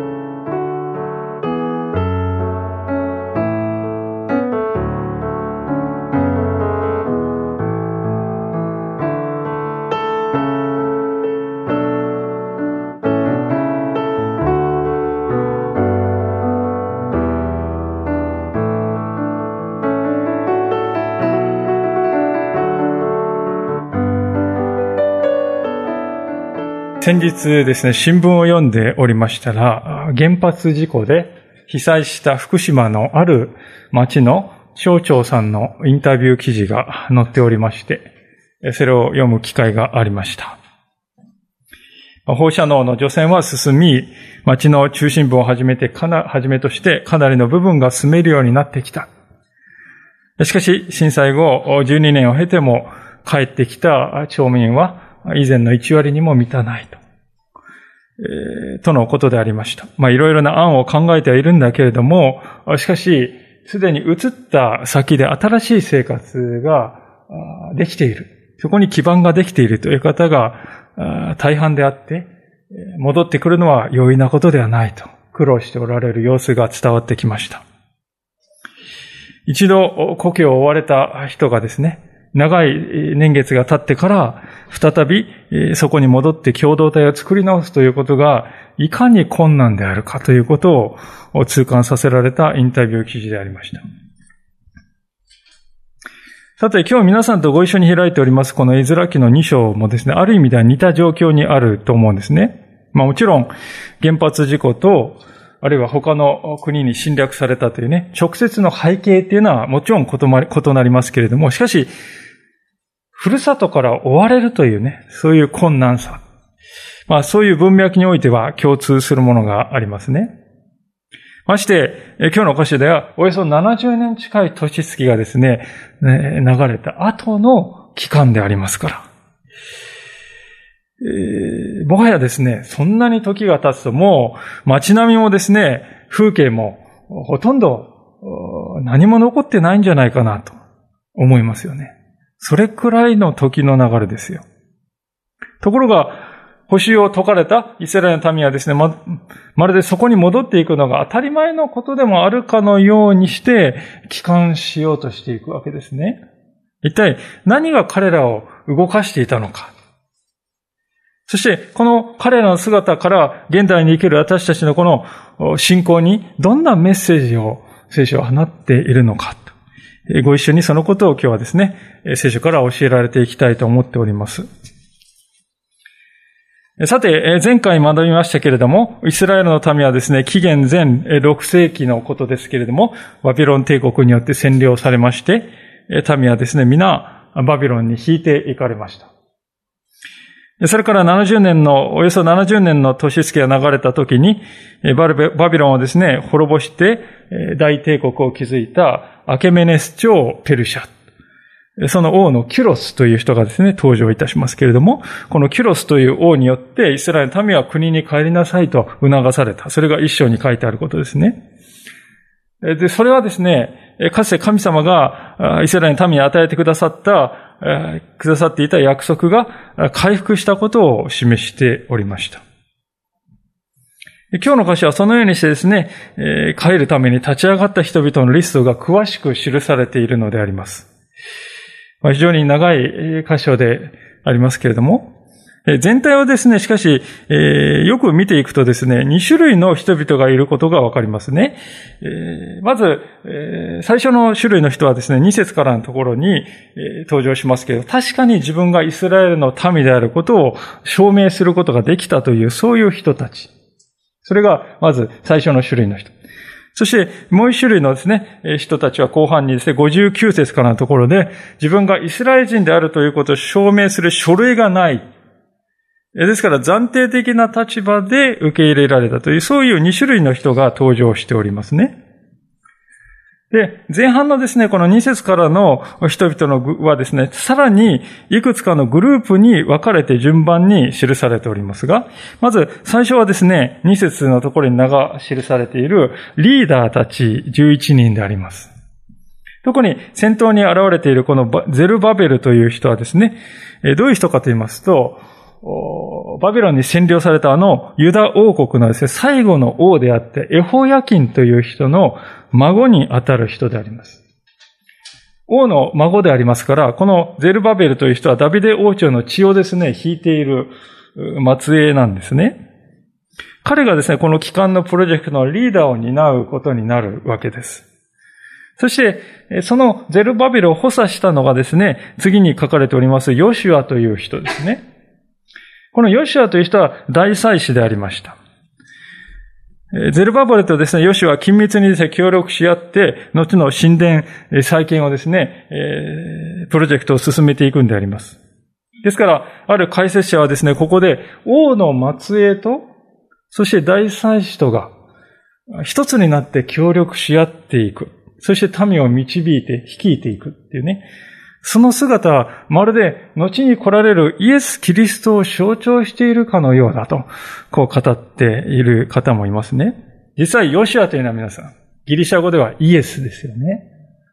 先日ですね、新聞を読んでおりましたら、原発事故で被災した福島のある町の町長さんのインタビュー記事が載っておりまして、それを読む機会がありました。放射能の除染は進み、町の中心部をはじめとしてかなりの部分が住めるようになってきた。しかし、震災後12年を経ても帰ってきた町民は以前の1割にも満たないとのことでありました。いろいろな案を考えてはいるんだけれども、しかし、すでに移った先で新しい生活ができている。そこに基盤ができているという方が大半であって、戻ってくるのは容易なことではないと苦労しておられる様子が伝わってきました。一度故郷を追われた人がですね、長い年月が経ってから再びそこに戻って共同体を作り直すということがいかに困難であるかということを痛感させられたインタビュー記事でありました。さて今日皆さんとご一緒に開いておりますこの絵面記の2章もですね、ある意味では似た状況にあると思うんですね。もちろん原発事故とあるいは他の国に侵略されたというね、直接の背景っていうのはもちろん異なりますけれども、しかしふるさとから追われるというね、そういう困難さ。そういう文脈においては共通するものがありますね。まして、今日の箇所では、およそ70年近い年月がですね、流れた後の期間でありますから。もはやですね、そんなに時が経つともう街並みもですね、風景もほとんど何も残ってないんじゃないかなと思いますよね。それくらいの時の流れですよ。ところが、補修を解かれたイスラエルの民はですね、まるでそこに戻っていくのが当たり前のことでもあるかのようにして帰還しようとしていくわけですね。一体何が彼らを動かしていたのか。そしてこの彼らの姿から現代に生きる私たちのこの信仰にどんなメッセージを聖書は放っているのか。ご一緒にそのことを今日はですね、聖書から教えられていきたいと思っております。さて、前回学びましたけれども、イスラエルの民はですね、紀元前6世紀のことですけれども、バビロン帝国によって占領されまして、民はですね、皆バビロンに引いていかれました。それからおよそ70年の年月が流れた時に、バビロンをですね、滅ぼして大帝国を築いたアケメネス朝ペルシャ。その王のキュロスという人がですね、登場いたしますけれども、このキュロスという王によってイスラエルの民は国に帰りなさいと促された。それが一章に書いてあることですね。で、それはですね、かつて神様がイスラエルの民に与えてくださっていた約束が回復したことを示しておりました。今日の箇所はそのようにしてですね、帰るために立ち上がった人々のリストが詳しく記されているのであります。非常に長い箇所でありますけれども、全体はですね、しかし、よく見ていくとですね、2種類の人々がいることがわかりますね。まず、最初の種類の人はですね、2節からのところに、登場しますけれど、確かに自分がイスラエルの民であることを証明することができたという、そういう人たち。それが、まず最初の種類の人。そして、もう一種類のですね、人たちは後半にですね、59節からのところで、自分がイスラエル人であるということを証明する書類がない。ですから、暫定的な立場で受け入れられたという、そういう2種類の人が登場しておりますね。で、前半のですね、この2節からの人々はですね、さらにいくつかのグループに分かれて順番に記されておりますが、まず最初はですね、2節のところに記されているリーダーたち11人であります。特に先頭に現れているこのゼルバベルという人はですね、どういう人かと言いますと、 バビロンに占領されたユダ王国のですね、最後の王であって、エホヤキンという人の孫にあたる人であります。王の孫でありますから、このゼルバベルという人はダビデ王朝の血をですね、引いている末裔なんですね。彼がですね、この帰還のプロジェクトのリーダーを担うことになるわけです。そして、そのゼルバベルを補佐したのがですね、次に書かれておりますヨシュアという人ですね。このヨシュアという人は大祭司でありました。ゼルバベルとですね、ヨシュアは緊密にですね、協力し合って、後の神殿再建をですね、プロジェクトを進めていくんであります。ですから、ある解説者はですね、ここで王の末裔と、そして大祭司とが一つになって協力し合っていく。そして民を導いて率いていくっていうね。その姿はまるで後に来られるイエス・キリストを象徴しているかのようだと、こう語っている方もいますね。実際、ヨシュアというのは皆さん、ギリシャ語ではイエスですよね。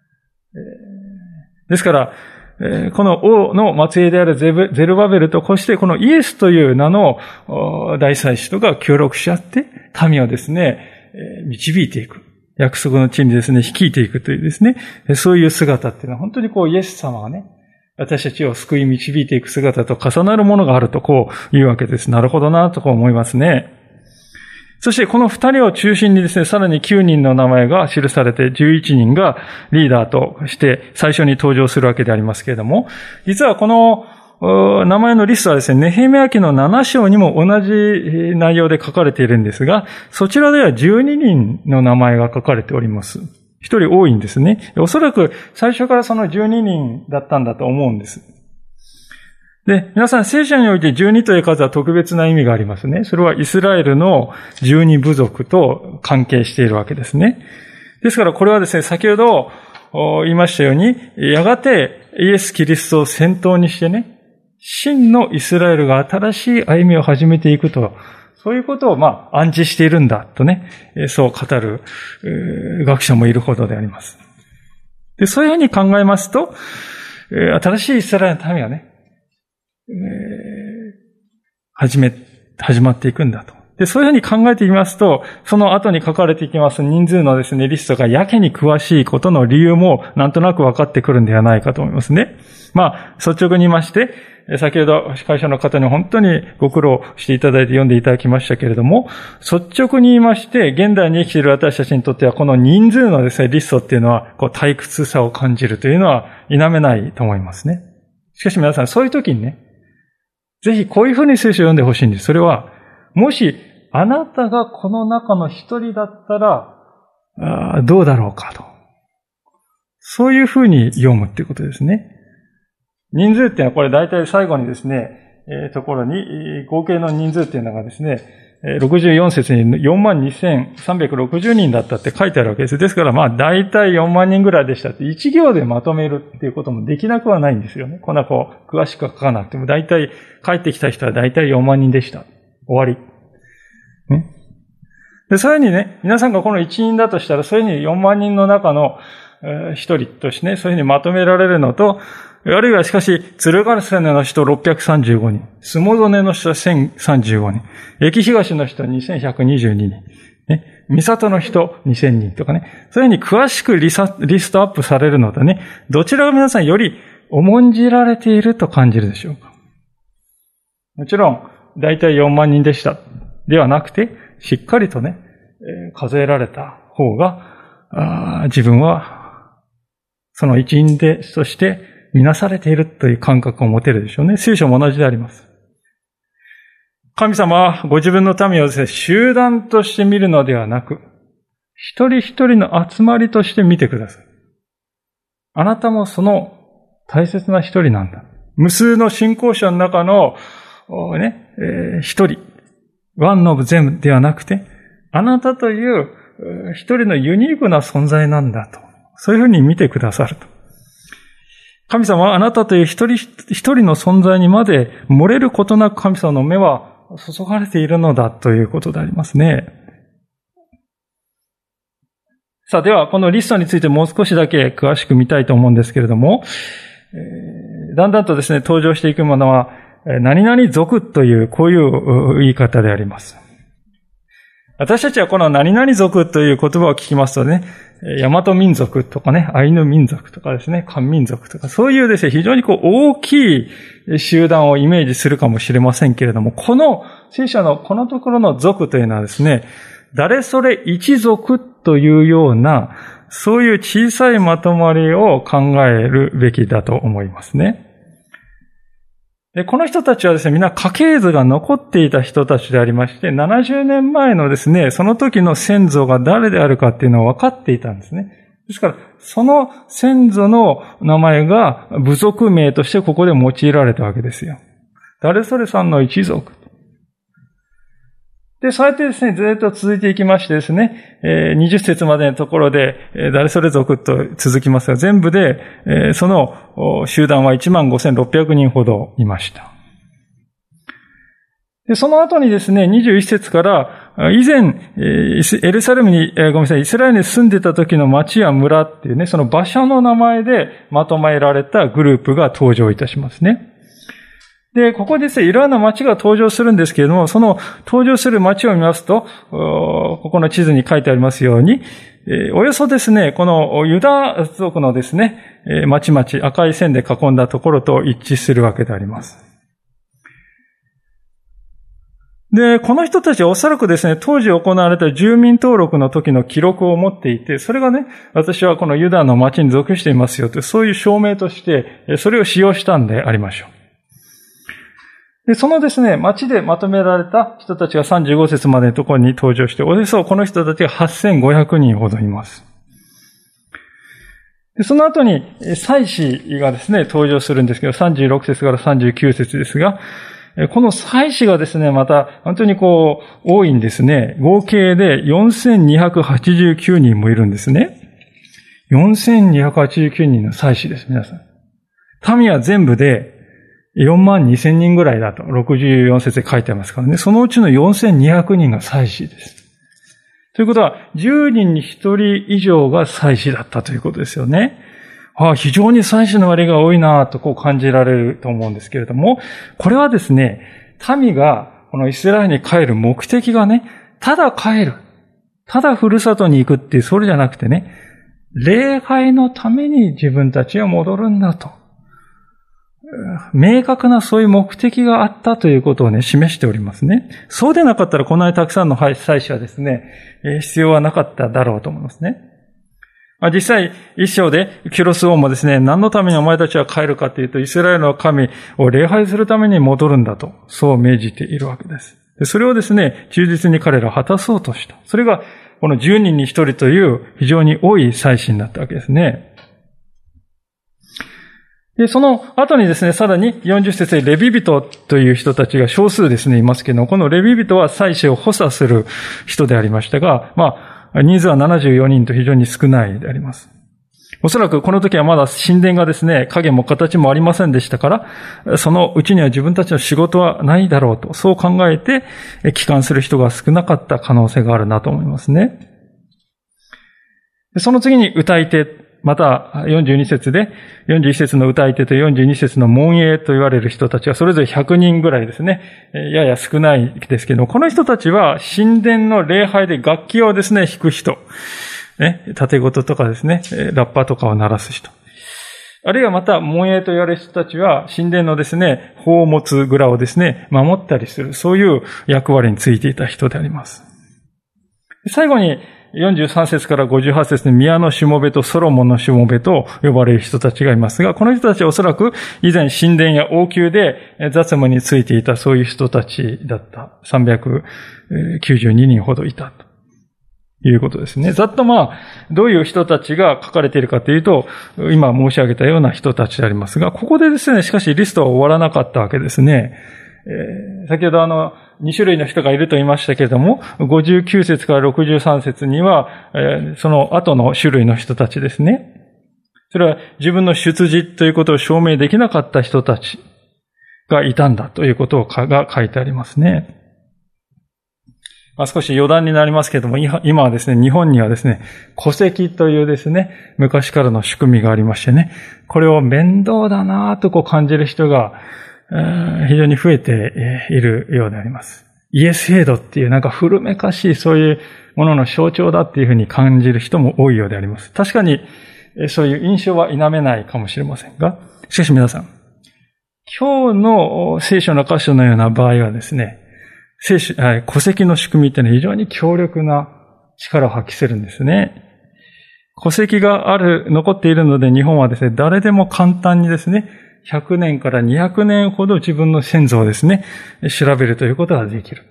ですから、この王の末裔であるゼルバベルと、こうしてこのイエスという名の大祭司とが協力し合って、民をですね、導いていく。約束の地にですね、率いていくというですね、そういう姿っていうのは本当にこうイエス様がね、私たちを救い導いていく姿と重なるものがあるとこういうわけです。なるほどなとこう思いますね。そしてこの二人を中心にですね、さらに9人の名前が記されて11人がリーダーとして最初に登場するわけでありますけれども、実はこの名前のリストはですね、ネヘミヤ記の7章にも同じ内容で書かれているんですが、そちらでは12人の名前が書かれております。一人多いんですね。おそらく最初からその12人だったんだと思うんです。で、皆さん聖書において12という数は特別な意味がありますね。それはイスラエルの12部族と関係しているわけですね。ですからこれはですね、先ほど言いましたように、やがてイエス・キリストを先頭にしてね、真のイスラエルが新しい歩みを始めていくと、そういうことを暗示しているんだとね、そう語る学者もいるほどであります。で、そういうふうに考えますと、新しいイスラエルの民がね、始まっていくんだと。で、そういうふうに考えていきますと、その後に書かれていきます人数のですね、リストがやけに詳しいことの理由もなんとなく分かってくるんではないかと思いますね。率直に言いまして、先ほど会社の方に本当にご苦労していただいて読んでいただきましたけれども、率直に言いまして、現代に生きている私たちにとってはこの人数のですね、リストっていうのは、退屈さを感じるというのは否めないと思いますね。しかし皆さん、そういう時にね、ぜひこういうふうに聖書を読んでほしいんです。それは、もしあなたがこの中の一人だったら、どうだろうかと。そういうふうに読むっていうことですね。人数っていうのはこれ大体最後にですね、ところに合計の人数っていうのがですね、64節に 42,360 人だったって書いてあるわけです。ですから大体4万人ぐらいでしたって一行でまとめるっていうこともできなくはないんですよね。こんな詳しく書かなくても大体帰ってきた人は大体4万人でした。終わり。ね。で、そういうふうにね、皆さんがこの一人だとしたら、そういうふうに4万人の中の一人としてね、そういうふうにまとめられるのと、あるいはしかし、鶴ヶ瀬の人635人、相撲曽根の人1035人、駅東の人2122人、ね、三郷の人2000人とかね、そういうふうに詳しくリストアップされるのでね、どちらが皆さんより重んじられていると感じるでしょうか。もちろん、だいたい4万人でした。ではなくて、しっかりとね、数えられた方が、自分は、その一員として見なされているという感覚を持てるでしょうね。聖書も同じであります。神様はご自分の民をですね、集団として見るのではなく、一人一人の集まりとして見てください。あなたもその大切な一人なんだ。無数の信仰者の中の一人、one of themではなくて、あなたという一人のユニークな存在なんだと。そういうふうに見てくださると。神様はあなたという一人一人の存在にまで漏れることなく神様の目は注がれているのだということでありますね。さあ、ではこのリストについてもう少しだけ詳しく見たいと思うんですけれども、だんだんとですね、登場していくものは、 何々族という、こういう言い方であります。私たちはこの何々族という言葉を聞きますとね、大和民族とかね、アイヌ民族とかですね、漢民族とか、そういうですね、非常に大きい集団をイメージするかもしれませんけれども、この聖書のこのところの族というのはですね、誰それ一族というような、そういう小さいまとまりを考えるべきだと思いますね。で、この人たちはですね、みんな家系図が残っていた人たちでありまして、70年前のですね、その時の先祖が誰であるかっていうのは分かっていたんですね。ですから、その先祖の名前が部族名としてここで用いられたわけですよ。誰それさんの一族。で、そうやってですね、ずっと続いていきましてですね、20節までのところで、誰それ族と続きますが、全部で、その集団は 15,600 人ほどいました。で、その後にですね、21節から、以前、エルサレムに、イスラエルに住んでた時の町や村っていうね、その場所の名前でまとめられたグループが登場いたしますね。で、ここでですね、いろんな町が登場するんですけれども、その登場する町を見ますと、ここの地図に書いてありますように、およそですね、このユダ族のですね、町々、赤い線で囲んだところと一致するわけであります。で、この人たちはおそらくですね、当時行われた住民登録の時の記録を持っていて、それがね、私はこのユダの町に属していますよという、そういう証明として、それを使用したんでありましょう。で、そのですね、町でまとめられた人たちが35節までのところに登場して、およそこの人たちが 8,500 人ほどいます。で、その後に、祭司がですね、登場するんですけど、36節から39節ですが、この祭司がですね、また、本当に多いんですね。合計で 4,289 人もいるんですね。4,289 人の祭司です、皆さん。民は全部で、42,000 人ぐらいだと、64節で書いてありますからね。そのうちの 4,200 人が祭司です。ということは、10人に1人以上が祭司だったということですよね。非常に祭司の割が多いなと感じられると思うんですけれども、これはですね、民がこのイスラエルに帰る目的がね、ただ帰る。ただふるさとに行くっていう、それじゃなくてね、礼拝のために自分たちは戻るんだと。明確なそういう目的があったということをね、示しておりますね。そうでなかったらこんなにたくさんの祭司はですね、必要はなかっただろうと思いますね。実際、一章でキュロス王もですね、何のためにお前たちは帰るかというと、イスラエルの神を礼拝するために戻るんだと、そう命じているわけです。それをですね、忠実に彼らは果たそうとした。それが、この10人に1人という非常に多い祭司になったわけですね。で、その後にですね、さらに40節でレビ人という人たちが少数ですね、いますけど、このレビ人は祭司を補佐する人でありましたが、人数は74人と非常に少ないであります。おそらくこの時はまだ神殿がですね、影も形もありませんでしたから、そのうちには自分たちの仕事はないだろうと、そう考えて帰還する人が少なかった可能性があるなと思いますね。その次に歌い手、また42節で、41節の歌い手と42節の門営と言われる人たちはそれぞれ100人ぐらいですね。やや少ないですけど、この人たちは神殿の礼拝で楽器をですね、弾く人。盾事とかですね、ラッパとかを鳴らす人。あるいはまた門営と言われる人たちは神殿のですね、宝物蔵をですね、守ったりする、そういう役割についていた人であります。最後に、43節から58節で宮のしもべとソロモンのしもべと呼ばれる人たちがいますが、この人たちはおそらく以前神殿や王宮で雑務についていたそういう人たちだった。392人ほどいたということですね。ざっとどういう人たちが書かれているかというと、今申し上げたような人たちでありますが、ここでですね、しかしリストは終わらなかったわけですね。先ほど2種類の人がいると言いましたけれども、59節から63節には、その後の種類の人たちですね。それは自分の出自ということを証明できなかった人たちがいたんだということが書いてありますね。少し余談になりますけれども、今はですね、日本にはですね、戸籍というですね、昔からの仕組みがありましてね、これを面倒だなぁと感じる人が非常に増えているようであります。家制度っていうなんか古めかしいそういうものの象徴だっていうふうに感じる人も多いようであります。確かにそういう印象は否めないかもしれませんが、しかし皆さん、今日の聖書の箇所のような場合はですね、戸籍の仕組みっていうのは非常に強力な力を発揮するんですね。戸籍が残っているので日本はですね、誰でも簡単にですね、100年から200年ほど自分の先祖をですね、調べるということができる。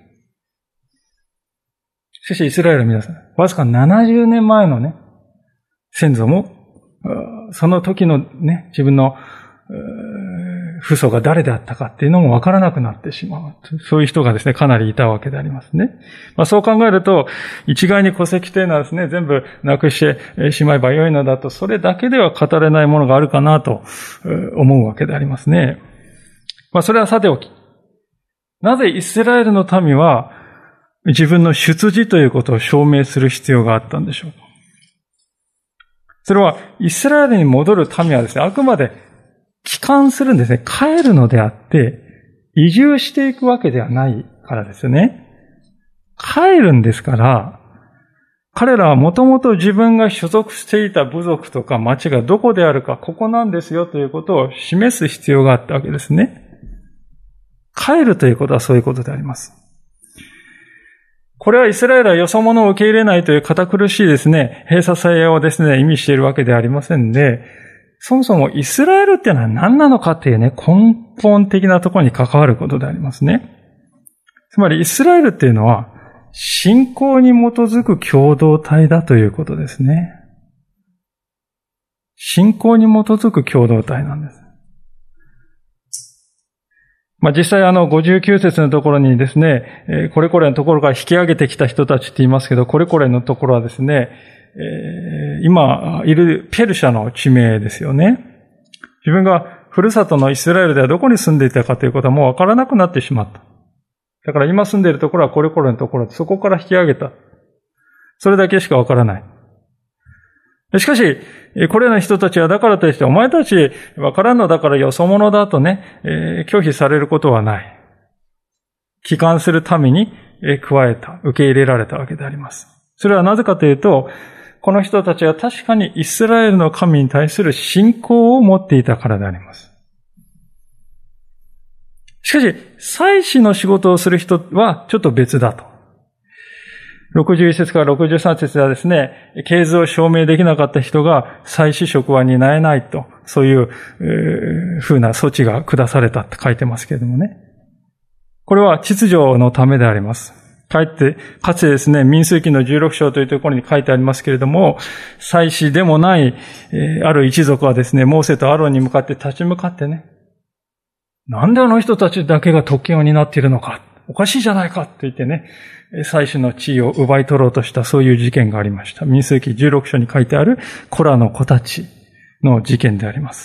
しかしイスラエルの皆さん、わずか70年前のね、先祖も、その時のね、自分の父祖が誰であったかっていうのもわからなくなってしまう。そういう人がですね、かなりいたわけでありますね。そう考えると、一概に戸籍というのはですね、全部なくしてしまえばよいのだと、それだけでは語れないものがあるかなと思うわけでありますね。それはさておき。なぜイスラエルの民は自分の出自ということを証明する必要があったんでしょうか。それはイスラエルに戻る民はですね、あくまで帰還するんですね。帰るのであって、移住していくわけではないからですね。帰るんですから、彼らはもともと自分が所属していた部族とか町がどこであるか、ここなんですよということを示す必要があったわけですね。帰るということはそういうことであります。これはイスラエルはよそ者を受け入れないという堅苦しいですね、閉鎖性をですね、意味しているわけではありませんで、そもそもイスラエルっていうのは何なのかっていうね、根本的なところに関わることでありますね。つまりイスラエルっていうのは信仰に基づく共同体だということですね。信仰に基づく共同体なんです。実際59節のところにですね、これこれのところから引き上げてきた人たちって言いますけど、これこれのところはですね、今いるペルシャの地名ですよね。自分がふるさとのイスラエルではどこに住んでいたかということはもうわからなくなってしまった。だから今住んでいるところはこれこれのところで、そこから引き上げた。それだけしかわからない。しかし、これらの人たちはだからといって、お前たちわからんのだからよそ者だとね、拒否されることはない。帰還するために加えた、受け入れられたわけであります。それはなぜかというと、この人たちは確かにイスラエルの神に対する信仰を持っていたからであります。しかし、祭司の仕事をする人はちょっと別だと。61節から63節ではですね、系図を証明できなかった人が祭司職は担えないと、そういう風な措置が下されたって書いてますけれどもね。これは秩序のためであります。かつてですね、民数記の16章というところに書いてありますけれども、祭司でもない、ある一族はですね、モーセとアロンに向かって立ち向かってね、なんであの人たちだけが特権を担っているのか、おかしいじゃないかって言ってね、祭司の地位を奪い取ろうとしたそういう事件がありました。民数記16章に書いてあるコラの子たちの事件であります。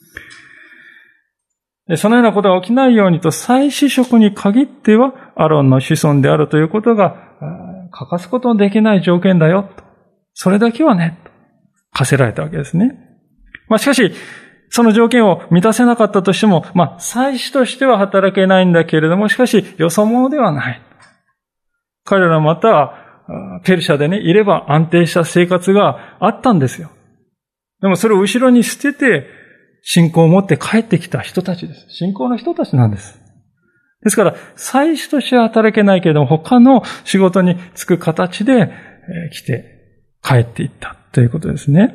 そのようなことが起きないようにと、祭司職に限ってはアロンの子孫であるということが欠かすことのできない条件だよと。それだけはね、と課せられたわけですね。しかし、その条件を満たせなかったとしても、祭司としては働けないんだけれども、しかし、よそ者ではない。彼らまた、ペルシャでね、いれば安定した生活があったんですよ。でもそれを後ろに捨てて、信仰を持って帰ってきた人たちです。信仰の人たちなんです。ですから、祭司としては働けないけれども、他の仕事に就く形で来て帰っていったということですね。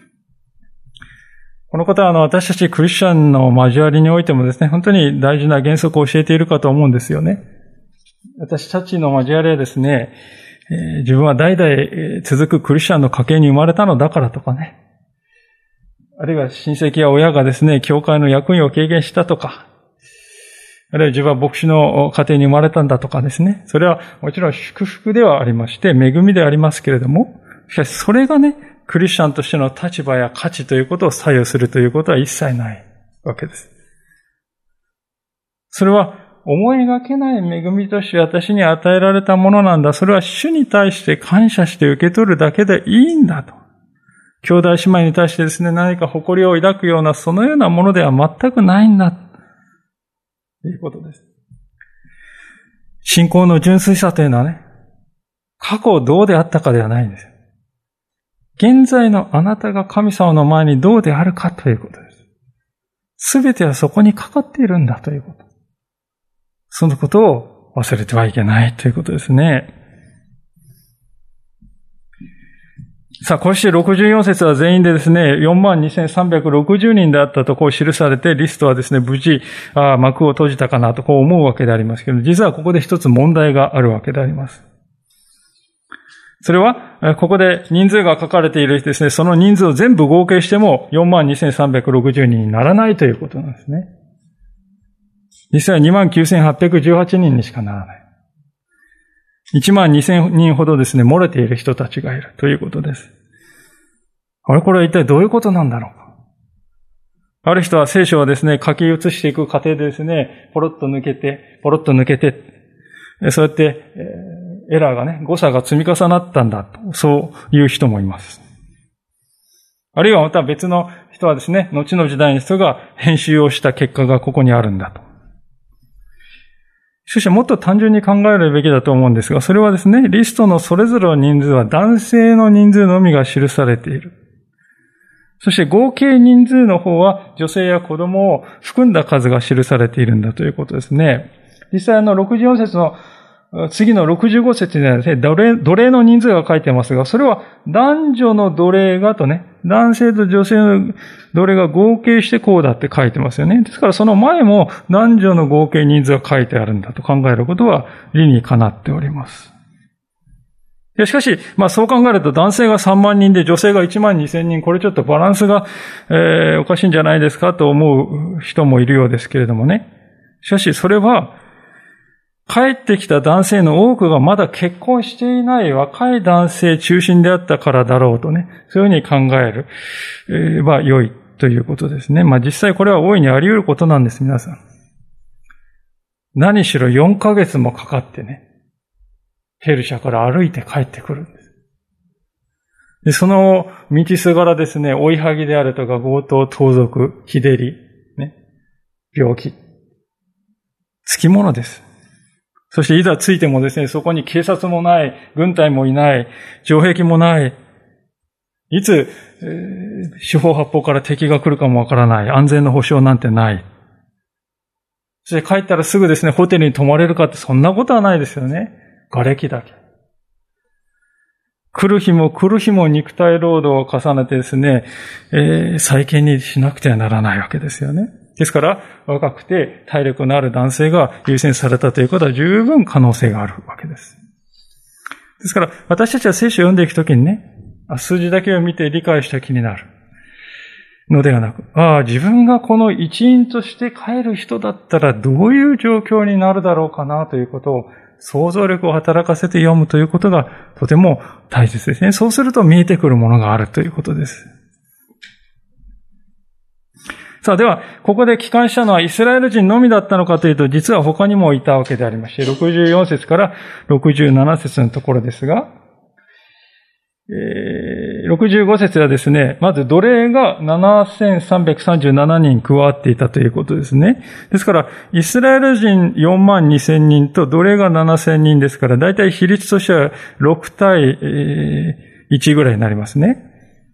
このことは私たちクリスチャンの交わりにおいてもですね、本当に大事な原則を教えているかと思うんですよね。私たちの交わりはですね、自分は代々続くクリスチャンの家系に生まれたのだからとかね、あるいは親戚や親がですね、教会の役員を経験したとか、あるいは自分は牧師の家庭に生まれたんだとかですね、それはもちろん祝福ではありまして、恵みでありますけれども、しかしそれがね、クリスチャンとしての立場や価値ということを左右するということは一切ないわけです。それは思いがけない恵みとして私に与えられたものなんだ。それは主に対して感謝して受け取るだけでいいんだと。兄弟姉妹に対してですね、何か誇りを抱くような、そのようなものでは全くないんだ。 いうことです。信仰の純粋さというのはね、過去どうであったかではないんですよ。現在のあなたが神様の前にどうであるかということです。すべてはそこにかかっているんだということ。そのことを忘れてはいけないということですね。さあ、こうして64節は全員でですね、42,360人であったとこう記されて、リストはですね、無事、幕を閉じたかなとこう思うわけでありますけど、実はここで一つ問題があるわけであります。それは、ここで人数が書かれているですね、その人数を全部合計しても42,360人にならないということなんですね。実際は29,818人にしかならない。12,000人ほどですね、漏れている人たちがいるということです。これは一体どういうことなんだろうか。ある人は聖書をですね、書き写していく過程でですね、ポロッと抜けて、そうやって、エラーがね、誤差が積み重なったんだと、そういう人もいます。あるいはまた別の人はですね、後の時代の人が編集をした結果がここにあるんだと。しかしもっと単純に考えるべきだと思うんですが、それはですね、リストのそれぞれの人数は男性の人数のみが記されている。そして合計人数の方は女性や子供を含んだ数が記されているんだということですね。実際64節の次の65節にはですね、奴隷の人数が書いてますが、それは男女の奴隷がとね、男性と女性の奴隷が合計してこうだって書いてますよね。ですからその前も男女の合計人数が書いてあるんだと考えることは理にかなっております。しかし、そう考えると男性が3万人で女性が12,000人、これちょっとバランスが、おかしいんじゃないですかと思う人もいるようですけれどもね。しかしそれは、帰ってきた男性の多くがまだ結婚していない若い男性中心であったからだろうとね、そういうふうに考える、良いということですね。実際これは大いにあり得ることなんです、皆さん。何しろ4ヶ月もかかってね、ペルシャから歩いて帰ってくるんです。で、その道すがらですね、追いはぎであるとか強盗、盗賊、日照り、ね、病気、つきものです。そしていざ着いてもですね、そこに警察もない、軍隊もいない、城壁もない、いつ、四方八方から敵が来るかもわからない、安全の保障なんてない。そして帰ったらすぐですね、ホテルに泊まれるかってそんなことはないですよね。瓦礫だけ。来る日も肉体労働を重ねてですね、再建にしなくてはならないわけですよね。ですから、若くて体力のある男性が優先されたということは十分可能性があるわけです。ですから、私たちは聖書を読んでいくときにね、数字だけを見て理解した気になるのではなく、自分がこの一員として帰る人だったらどういう状況になるだろうかなということを想像力を働かせて読むということがとても大切ですね。そうすると見えてくるものがあるということです。さあ、では、ここで帰還したのはイスラエル人のみだったのかというと、実は他にもいたわけでありまして、64節から67節のところですが、65節はですね、まず奴隷が7,337人加わっていたということですね。ですから、イスラエル人42,000人と奴隷が7,000人ですから、だいたい比率としては6対1ぐらいになりますね。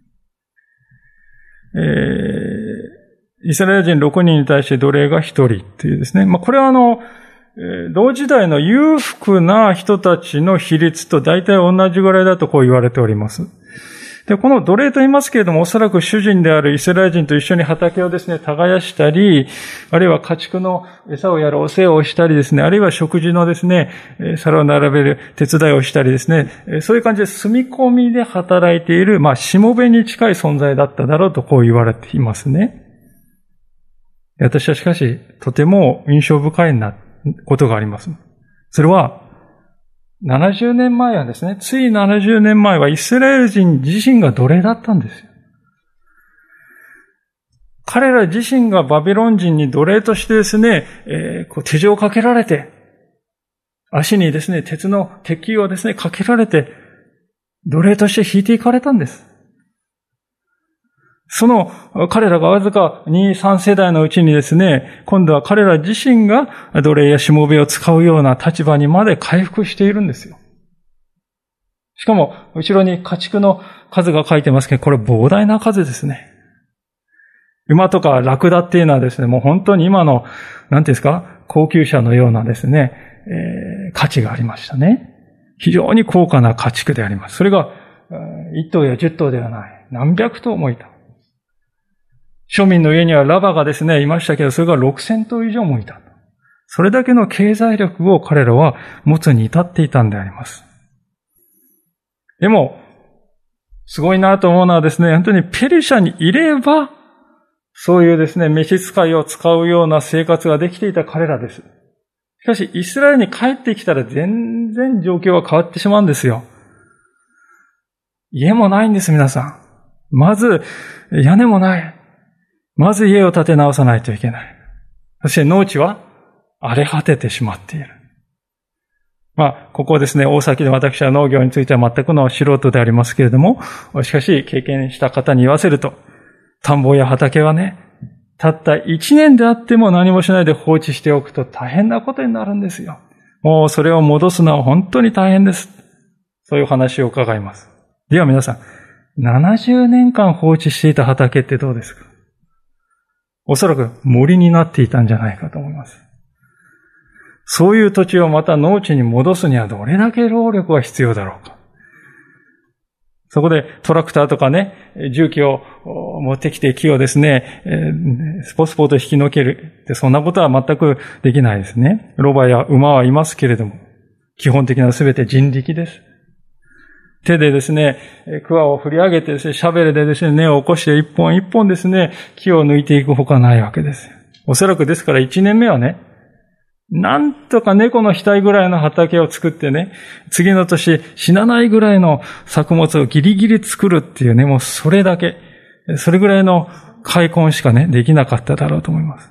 イスラエル人6人に対して奴隷が1人というですね。これは同時代の裕福な人たちの比率と大体同じぐらいだとこう言われております。で、この奴隷と言いますけれども、おそらく主人であるイスラエル人と一緒に畑をですね、耕したり、あるいは家畜の餌をやるお世話をしたりですね、あるいは食事のですね、皿を並べる手伝いをしたりですね、そういう感じで住み込みで働いている、しもべに近い存在だっただろうとこう言われていますね。私はしかし、とても印象深いなことがあります。それは、70年前はですね、つい70年前はイスラエル人自身が奴隷だったんですよ。彼ら自身がバビロン人に奴隷としてですね、手錠をかけられて、足にですね、鉄の鉄球をですね、かけられて、奴隷として引いていかれたんです。 その彼らがわずか2、3世代のうちにですね、今度は彼ら自身が奴隷やしもべを使うような立場にまで回復しているんですよ。しかも、後ろに家畜の数が書いてますけど、これ膨大な数ですね。馬とかラクダっていうのはですね、もう本当に今の、なんていうんですか、高級車のようなですね、価値がありましたね。非常に高価な家畜であります。それが、1頭や10頭ではない。何百頭もいた。庶民の家にはラバがですね、いましたけど、それが6000頭以上もいた。それだけの経済力を彼らは持つに至っていたんであります。でも、すごいなと思うのはですね、本当にペルシャにいれば、そういうですね、召使いを使うような生活ができていた彼らです。しかし、イスラエルに帰ってきたら全然状況は変わってしまうんですよ。家もないんです、皆さん。まず、屋根もない。まず家を建て直さないといけない。そして農地は荒れ果ててしまっている。ここですね、大崎で私は農業については全くの素人でありますけれども、しかし経験した方に言わせると、田んぼや畑はね、たった1年であっても何もしないで放置しておくと大変なことになるんですよ。もうそれを戻すのは本当に大変です。そういう話を伺います。では皆さん、70年間放置していた畑ってどうですか？おそらく森になっていたんじゃないかと思います。そういう土地をまた農地に戻すにはどれだけ労力が必要だろうか。そこでトラクターとかね、重機を持ってきて木をですね、スポスポと引きのける。そんなことは全くできないですね。ロバや馬はいますけれども、基本的なすべて人力です。手でですね、桑を振り上げてですね、シャベルでですね、根を起こして一本一本ですね、木を抜いていくほかないわけです。おそらくですから1年目はね、なんとか猫の額ぐらいの畑を作ってね、次の年死なないぐらいの作物をギリギリ作るっていうね、もうそれだけ、それぐらいの開墾しかね、できなかっただろうと思います。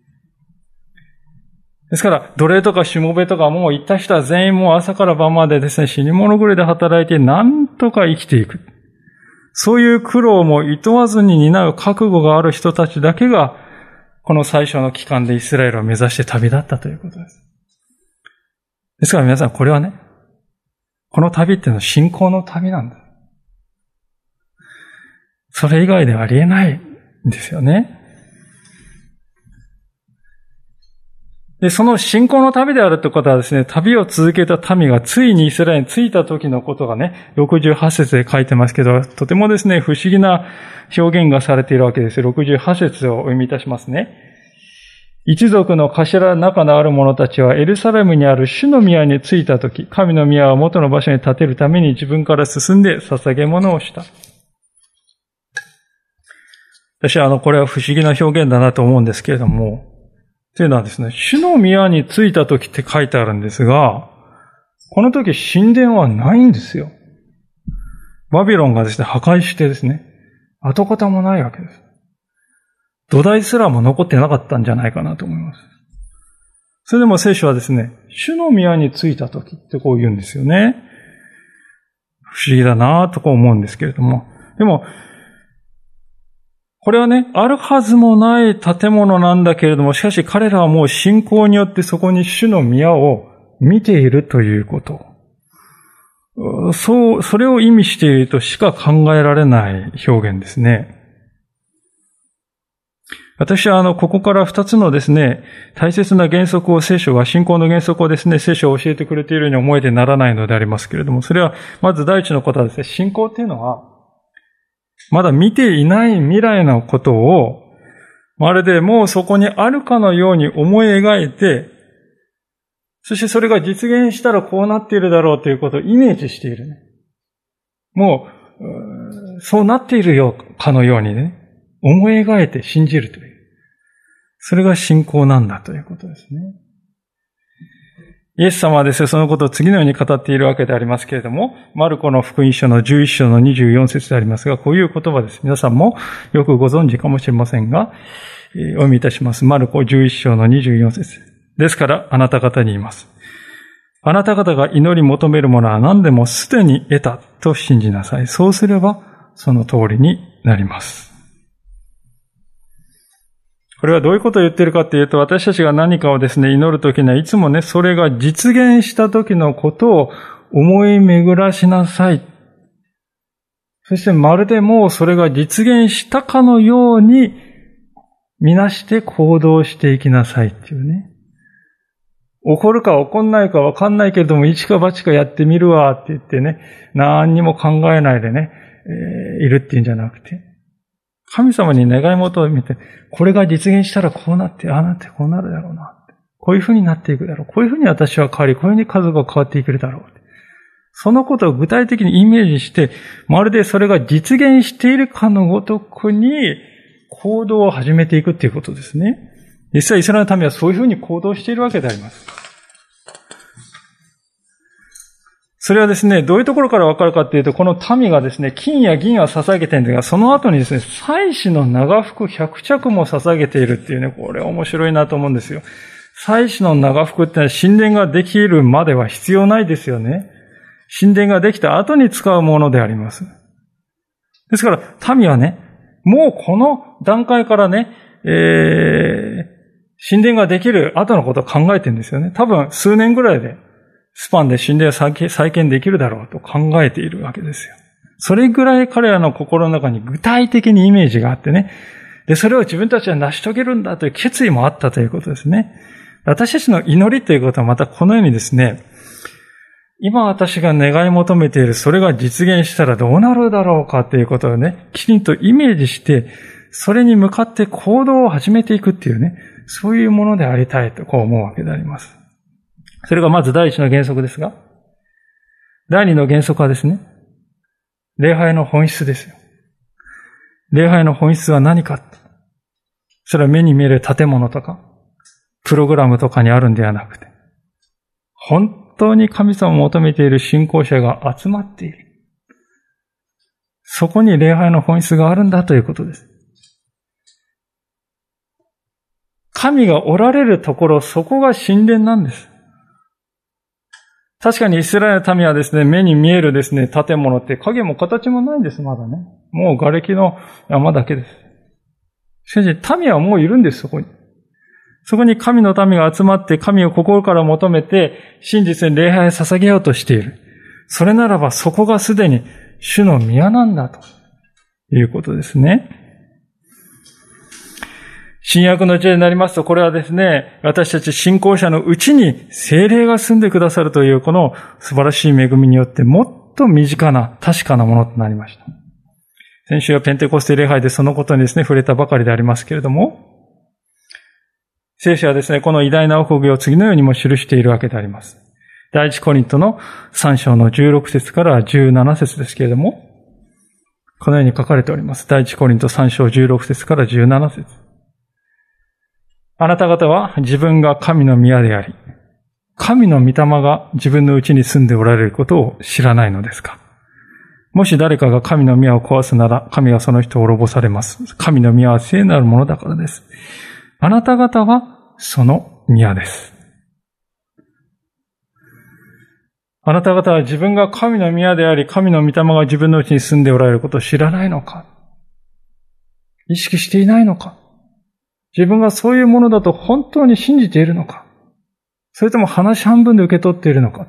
ですから、奴隷とかしもべとかもう行った人は全員もう朝から晩までですね、死に物狂いで働いてなんとか生きていく。そういう苦労も厭わずに担う覚悟がある人たちだけが、この最初の期間でイスラエルを目指して旅立ったということです。ですから皆さん、これはね、この旅っていうのは信仰の旅なんです。それ以外ではありえないんですよね。で、その信仰の旅であるということはですね、旅を続けた民がついにイスラエルに着いた時のことがね、68節で書いてますけど、とてもですね、不思議な表現がされているわけです。68節をお読みいたしますね。一族の頭の中のある者たちはエルサレムにある主の宮に着いた時、神の宮を元の場所に建てるために自分から進んで捧げ物をした。私はこれは不思議な表現だなと思うんですけれども、というのはですね、主の宮に着いた時って書いてあるんですが、この時神殿はないんですよ。バビロンがですね、破壊してですね、跡形もないわけです。土台すらも残ってなかったんじゃないかなと思います。それでも聖書はですね、主の宮に着いた時ってこう言うんですよね。不思議だなぁとこう思うんですけれども。でも、これはね、あるはずもない建物なんだけれども、しかし彼らはもう信仰によってそこに主の宮を見ているということ。それを意味しているとしか考えられない表現ですね。私はここから2つのですね、大切な原則を聖書が、信仰の原則をですね、聖書を教えてくれているように思えてならないのでありますけれども、それはまず第一のことはですね、信仰っていうのは、まだ見ていない未来のことを、まるでもうそこにあるかのように思い描いて、そしてそれが実現したらこうなっているだろうということをイメージしているね。もう、そうなっているよかのようにね、思い描いて信じるという。それが信仰なんだということですね。イエス様はですね、そのことを次のように語っているわけでありますけれども、マルコの福音書の11章の24節でありますが、こういう言葉です。皆さんもよくご存知かもしれませんが、お読みいたします。マルコ11章の24節。ですからあなた方に言います。あなた方が祈り求めるものは何でもすでに得たと信じなさい。そうすればその通りになります。 これはどういうことを言っているかっていうと、私たちが何かをですね、祈るときにはいつもね、それが実現した時のことを思い巡らしなさい。そしてまるでもうそれが実現したかのようにみなして行動していきなさいっていうね。起こるか起こんないかわかんないけれども、一か八かやってみるわって言ってね、何にも考えないでね、いるっていうんじゃなくて、神様に願い事を見て、これが実現したらこうなって、ああなってこうなるだろうな。こういうふうになっていくだろう。こういうふうに私は変わり、こういうふうに家族が変わっていけるだろう。そのことを具体的にイメージして、まるでそれが実現しているかのごとくに行動を始めていくということですね。実際イスラエルの民はそういうふうに行動しているわけであります。それはですね、どういうところからわかるかっていうと、この民がですね、金や銀は捧げているんですが、その後にですね、祭司の長服100着も捧げているっていうね、これ面白いなと思うんですよ。祭司の長服ってのは神殿ができるまでは必要ないですよね。神殿ができた後に使うものであります。ですから、民はね、もうこの段階からね、神殿ができる後のことを考えてるんですよね。多分数年ぐらいでスパンで神殿を再建できるだろうと考えているわけですよ。それぐらい彼らの心の中に具体的にイメージがあってね。で、それを自分たちは成し遂げるんだという決意もあったということですね。私たちの祈りということはまたこのようにですね、今私が願い求めているそれが実現したらどうなるだろうかということをね、きちんとイメージして、それに向かって行動を始めていくっていうね、そういうものでありたいとこう思うわけであります。それがまず第一の原則ですが、第二の原則はですね、礼拝の本質ですよ。礼拝の本質は何か。それは目に見える建物とか、プログラムとかにあるんではなくて、本当に神様を求めている信仰者が集まっている。そこに礼拝の本質があるんだということです。神がおられるところ、そこが神殿なんです。確かにイスラエルの民はですね、目に見えるですね、建物って影も形もないんです、まだね。もう瓦礫の山だけです。しかし、民はもういるんです、そこに。そこに神の民が集まって神を心から求めて真実に礼拝を捧げようとしている。それならばそこがすでに主の宮なんだということですね。新約の時代になりますと、これはですね、私たち信仰者のうちに聖霊が住んでくださるというこの素晴らしい恵みによってもっと身近な確かなものとなりました。先週はペンテコステ礼拝でそのことにですね、触れたばかりでありますけれども、聖書はですね、この偉大な奥義を次のようにも記しているわけであります。第一コリントの3章の16節から17節ですけれども、このように書かれております。第一コリント3章16節から17節。あなた方は自分が神の宮であり、神の御霊が自分のうちに住んでおられることを知らないのですか。もし誰かが神の宮を壊すなら、神はその人を滅ぼされます。神の宮は聖なるものだからです。あなた方はその宮です。あなた方は自分が神の宮であり、神の御霊が自分のうちに住んでおられることを知らないのか？意識していないのか？自分がそういうものだと本当に信じているのか？それとも話半分で受け取っているのか？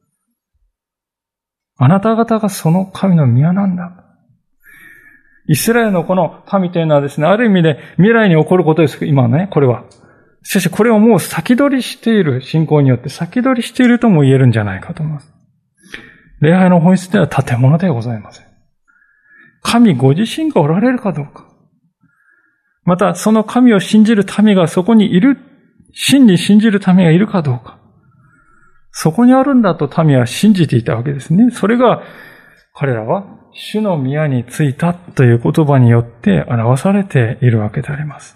あなた方がその神の宮なんだ。イスラエルのこの民というのはですね、ある意味で未来に起こることです。今ね、これは。しかしこれをもう先取りしている、信仰によって先取りしているとも言えるんじゃないかと思います。礼拝の本質では建物ではございません。神ご自身がおられるかどうか。また、その神を信じる民がそこにいる、真に信じる民がいるかどうか。そこにあるんだと民は信じていたわけですね。それが、彼らは主の宮についたという言葉によって表されているわけであります。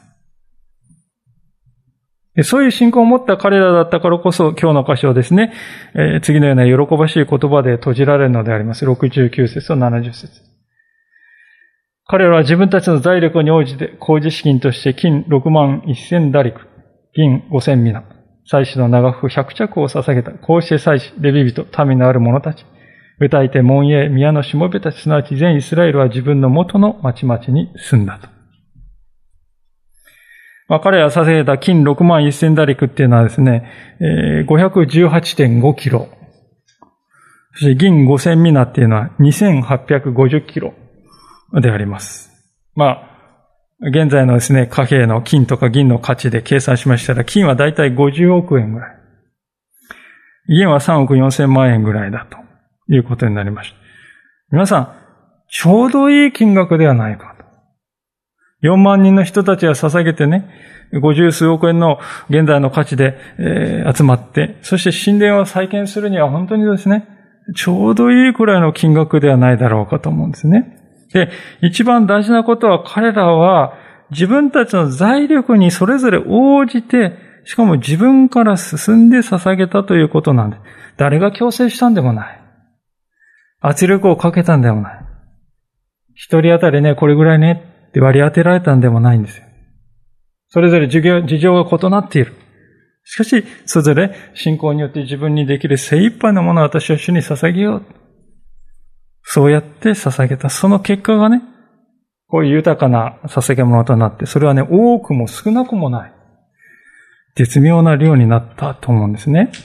そういう信仰を持った彼らだったからこそ、今日の箇所をですね、次のような喜ばしい言葉で閉じられるのであります。69節と70節。彼らは自分たちの財力に応じて工事資金として金6万1000ダリク、銀5000ミナ、祭司の長服100着を捧げた。こうして祭司、レビ人、民のある者たち、歌い手、門営、宮のしもべたち、すなわち全イスラエルは自分の元の町々に住んだと。 彼らが捧げた金6万1000ダリクっていうのはですね、518.5 キロ。そして銀5000ミナっていうのは2850キロであります。現在のですね、貨幣の金とか銀の価値で計算しましたら、金はだいたい50億円ぐらい。銀は3億4000万円ぐらいだということになりました。皆さん、ちょうどいい金額ではないかと。4万人の人たちが捧げてね、50数億円の現在の価値で、集まって、そして神殿を再建するには本当にですね、ちょうどいいくらいの金額ではないだろうかと思うんですね。で、一番大事なことは彼らは自分たちの財力にそれぞれ応じて、しかも自分から進んで捧げたということなんです。誰が強制したんでもない。圧力をかけたんでもない。一人当たりね、これぐらいねって割り当てられたんでもないんですよ。それぞれ事情が異なっている。しかし、それぞれ信仰によって自分にできる精一杯のものを私は主に捧げよう。そうやって捧げた。その結果がね、こういう豊かな捧げ物となって、それはね、多くも少なくもない。絶妙な量になったと思うんですね。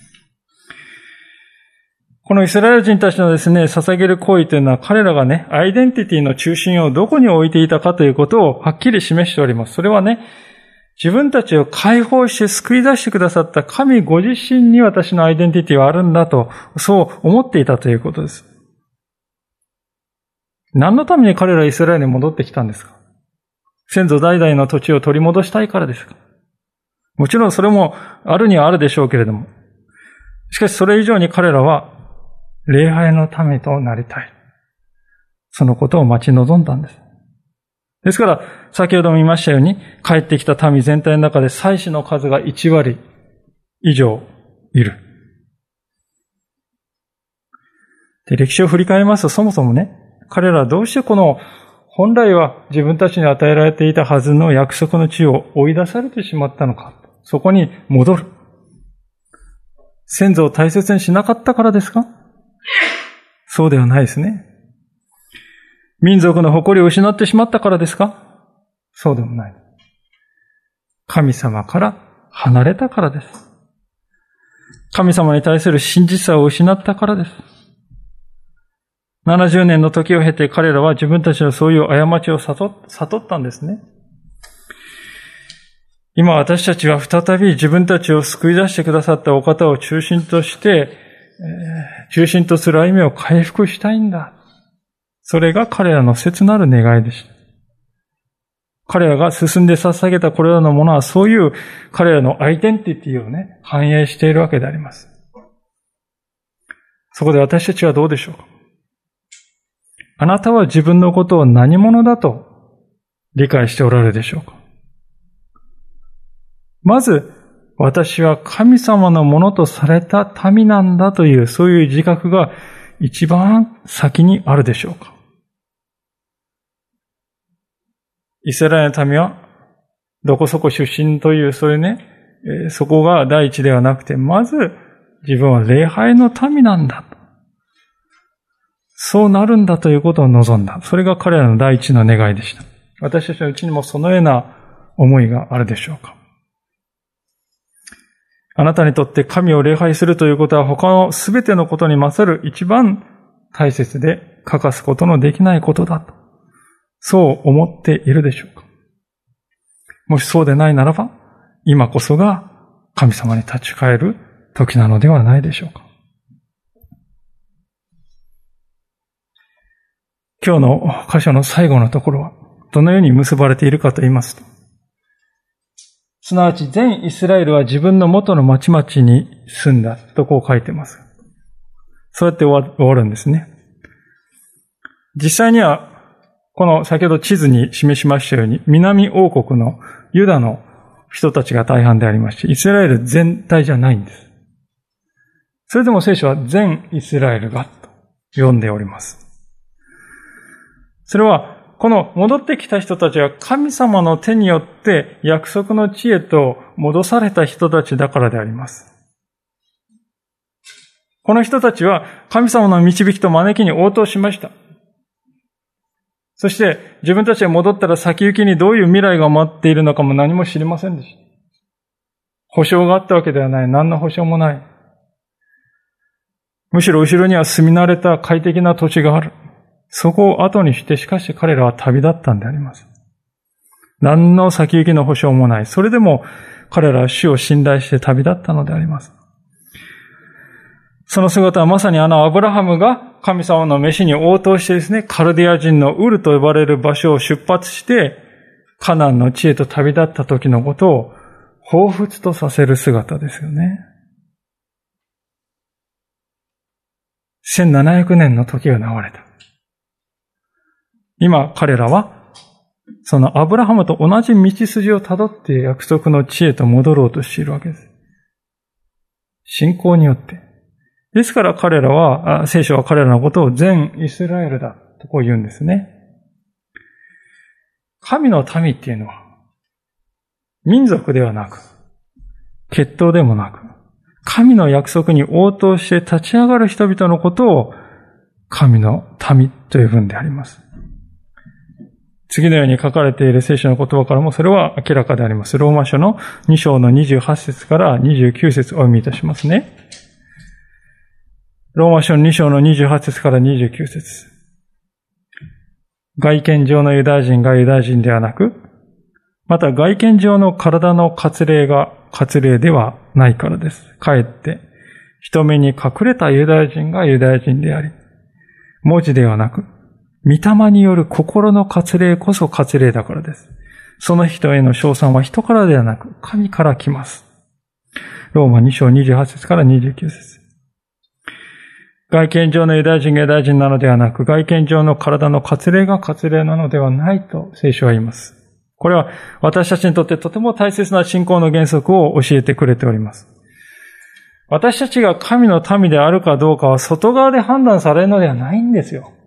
このイスラエル人たちのですね、捧げる行為というのは彼らがね、アイデンティティの中心をどこに置いていたかということをはっきり示しております。それはね、自分たちを解放して救い出してくださった神ご自身に私のアイデンティティはあるんだと、そう思っていたということです。何のために彼らはイスラエルに戻ってきたんですか？先祖代々の土地を取り戻したいからですか？もちろんそれもあるにはあるでしょうけれども、しかしそれ以上に彼らは礼拝のためとなりたい。そのことを待ち望んだんです。ですから、先ほども言いましたように、帰ってきた民全体の中で祭司の数が1割以上いる。で、歴史を振り返りますと、そもそもね、彼らはどうしてこの本来は自分たちに与えられていたはずの約束の地を追い出されてしまったのか。そこに戻る。先祖を大切にしなかったからですか？そうではないですね。民族の誇りを失ってしまったからですか？そうでもない。神様から離れたからです。神様に対する真実さを失ったからです。70年の時を経て彼らは自分たちのそういう過ちを悟ったんですね。今私たちは再び自分たちを救い出してくださったお方を中心として、中心とする歩みを回復したいんだ。それが彼らの切なる願いでした。彼らが進んで捧げたこれらのものはそういう彼らのアイデンティティをね、反映しているわけであります。そこで私たちはどうでしょうか？あなたは自分のことを何者だと理解しておられるでしょうか？まず、私は神様のものとされた民なんだという、そういう自覚が一番先にあるでしょうか？イスラエルの民は、どこそこ出身という、そういうね、そこが第一ではなくて、まず自分は礼拝の民なんだ。そうなるんだということを望んだ。それが彼らの第一の願いでした。私たちのうちにもそのような思いがあるでしょうか？あなたにとって神を礼拝するということは他のすべてのことに勝る一番大切で欠かすことのできないことだと。そう思っているでしょうか？もしそうでないならば、今こそが神様に立ち返る時なのではないでしょうか？今日の箇所の最後のところはどのように結ばれているかと言いますと、すなわち全イスラエルは自分の元の町々に住んだとこう書いてます。そうやって終わるんですね。実際にはこの先ほど地図に示しましたように南王国のユダの人たちが大半でありまして、イスラエル全体じゃないんです。それでも聖書は全イスラエルがと呼んでおります。それはこの戻ってきた人たちは神様の手によって約束の地へと戻された人たちだからであります。この人たちは神様の導きと招きに応答しました。 そして自分たちが戻ったら先行きにどういう未来が待っているのかも何も知りませんでした。保証があったわけではない。何の保証もない。むしろ後ろには住み慣れた快適な土地がある。そこを後にして、しかし彼らは旅立ったんであります。何の先行きの保証もない。それでも彼らは主を信頼して旅立ったのであります。その姿はまさにアブラハムが神様の召しに応答してですね、カルディア人のウルと呼ばれる場所を出発して、カナンの地へと旅立った時のことを彷彿とさせる姿ですよね。1700年の時が流れた。今彼らは、そのアブラハムと同じ道筋をたどって約束の地へと戻ろうとしているわけです。信仰によって。ですから彼らは、聖書は彼らのことを全イスラエルだとこう言うんですね。神の民っていうのは、民族ではなく、血統でもなく、神の約束に応答して立ち上がる人々のことを神の民と呼ぶんであります。次のように書かれている聖書の言葉からもそれは明らかであります。ローマ書の2章の28節から29節をお読みいたしますね。ローマ書の2章の28節から29節。外見上のユダヤ人がユダヤ人ではなく、また外見上の体の割礼が割礼ではないからです。かえって、人目に隠れたユダヤ人がユダヤ人であり、文字ではなく、御霊による心の割礼こそ割礼だからです。その人への称賛は人からではなく、神から来ます。ローマ2章28節から29節。外見上のユダヤ人がユダヤ人なのではなく、外見上の体の割礼が割礼なのではないと聖書は言います。これは私たちにとってとても大切な信仰の原則を教えてくれております。私たちが神の民であるかどうかは外側で判断されるのではないんですよ。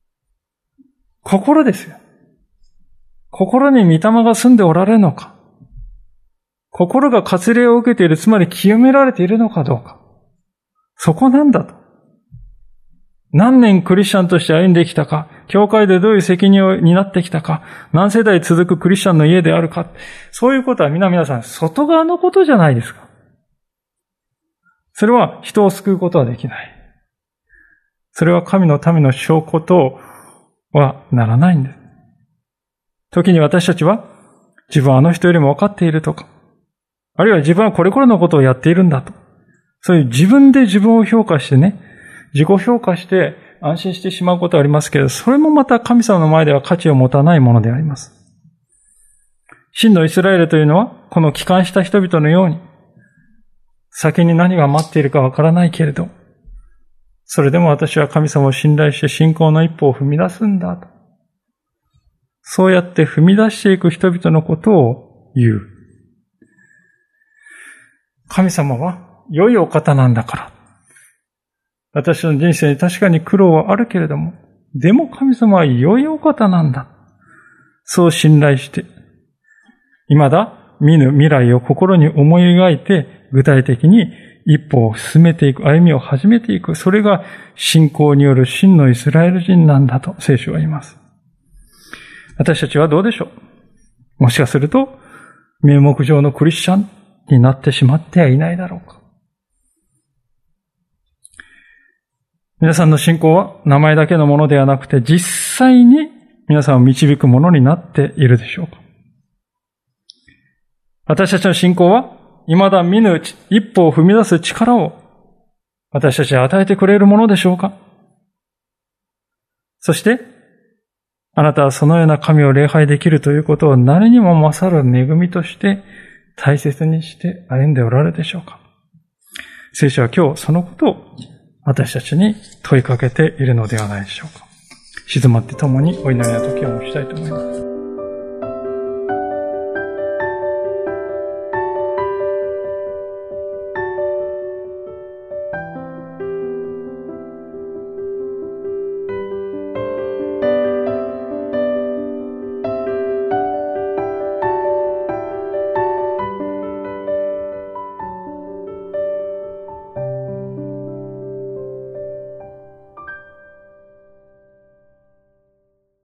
心ですよ。心に御霊が住んでおられるのか。心が割礼を受けている、つまり清められているのかどうか。そこなんだと。何年クリスチャンとして歩んできたか、教会でどういう責任を担ってきたか、何世代続くクリスチャンの家であるか、そういうことは皆さん外側のことじゃないですか。それは人を救うことはできない。それは神の民の証拠とはならないんです。時に私たちは自分はあの人よりも分かっているとか、あるいは自分はこれこれのことをやっているんだと、そういう自分で自分を評価してね、自己評価して安心してしまうことはありますけれど、それもまた神様の前では価値を持たないものであります。真のイスラエルというのは、この帰還した人々のように、先に何が待っているかわからないけれど、それでも私は神様を信頼して信仰の一歩を踏み出すんだと。そうやって踏み出していく人々のことを言う。神様は良いお方なんだから。私の人生に確かに苦労はあるけれども、でも神様は良いお方なんだ。そう信頼して、未だ見ぬ未来を心に思い描いて、具体的に一歩を進めていく、歩みを始めていく。それが信仰による真のイスラエル人なんだと聖書は言います。私たちはどうでしょう？もしかすると、名目上のクリスチャンになってしまってはいないだろうか。皆さんの信仰は名前だけのものではなくて、実際に皆さんを導くものになっているでしょうか。私たちの信仰は、未だ見ぬ一歩を踏み出す力を私たちに与えてくれるものでしょうか。そして、あなたはそのような神を礼拝できるということを何にも勝る恵みとして大切にして歩んでおられるでしょうか。聖書は今日そのことを私たちに問いかけているのではないでしょうか。静まって共にお祈りの時を持ちたいと思います。